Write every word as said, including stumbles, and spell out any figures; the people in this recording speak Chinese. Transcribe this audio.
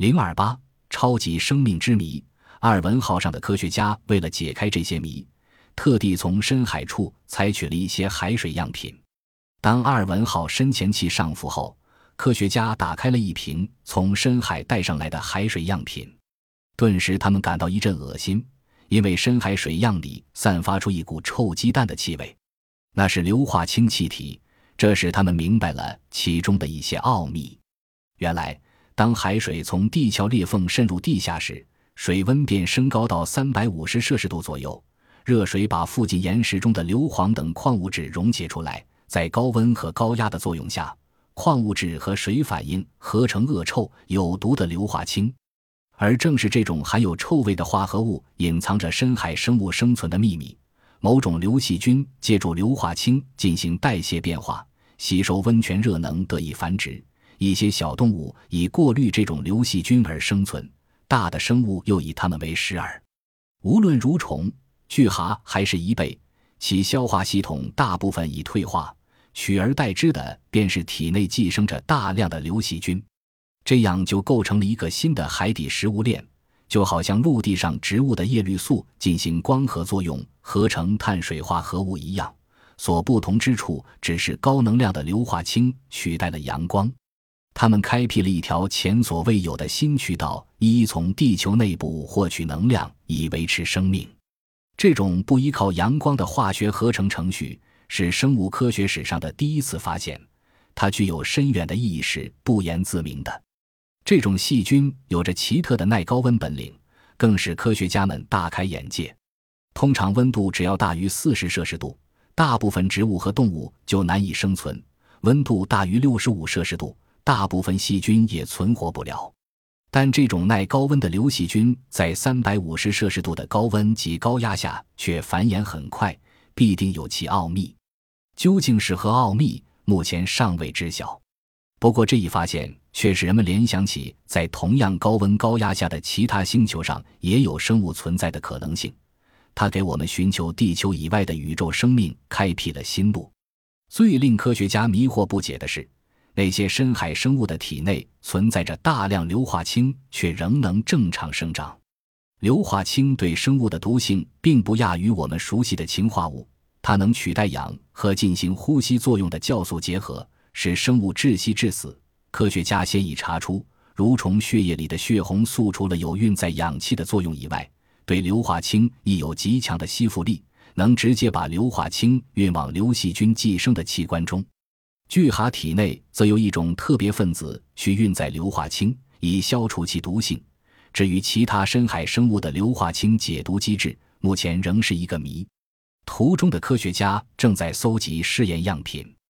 零二八超级生命之谜。阿尔文号上的科学家为了解开这些谜，特地从深海处采取了一些海水样品。当阿尔文号深潜器上浮后，科学家打开了一瓶从深海带上来的海水样品，顿时他们感到一阵恶心，因为深海水样里散发出一股臭鸡蛋的气味，那是硫化氢气体，这使他们明白了其中的一些奥秘。原来，当海水从地壳裂缝渗入地下时，水温便升高到三百五十摄氏度左右，热水把附近岩石中的硫磺等矿物质溶解出来，在高温和高压的作用下，矿物质和水反应合成恶臭有毒的硫化氢。而正是这种含有臭味的化合物隐藏着深海生物生存的秘密。某种硫细菌借助硫化氢进行代谢变化，吸收温泉热能得以繁殖。一些小动物以过滤这种硫细菌而生存，大的生物又以它们为食饵。无论蠕虫、巨蛤还是贻贝，其消化系统大部分已退化，取而代之的便是体内寄生着大量的硫细菌。这样就构成了一个新的海底食物链，就好像陆地上植物的叶绿素进行光合作用合成碳水化合物一样，所不同之处只是高能量的硫化氢取代了阳光。他们开辟了一条前所未有的新渠道，一一从地球内部获取能量以维持生命。这种不依靠阳光的化学合成程序是生物科学史上的第一次发现，它具有深远的意义是不言自明的。这种细菌有着奇特的耐高温本领，更使科学家们大开眼界。通常温度只要大于四十摄氏度，大部分植物和动物就难以生存；温度大于六十五摄氏度，大部分细菌也存活不了。但这种耐高温的硫细菌在三百五十摄氏度的高温及高压下却繁衍很快，必定有其奥秘。究竟是何奥秘，目前尚未知晓。不过这一发现却使人们联想起在同样高温高压下的其他星球上也有生物存在的可能性，它给我们寻求地球以外的宇宙生命开辟了新路。最令科学家迷惑不解的是，那些深海生物的体内存在着大量硫化氢，却仍能正常生长。硫化氢对生物的毒性并不亚于我们熟悉的氰化物，它能取代氧和进行呼吸作用的酵素结合，使生物窒息致死。科学家现已查出，蠕虫血液里的血红素除了有运载氧气的作用以外，对硫化氢亦有极强的吸附力，能直接把硫化氢运往硫细菌寄生的器官中。巨蛤体内则有一种特别分子去运载硫化氢，以消除其毒性。至于其他深海生物的硫化氢解毒机制，目前仍是一个谜。图中的科学家正在搜集试验样品。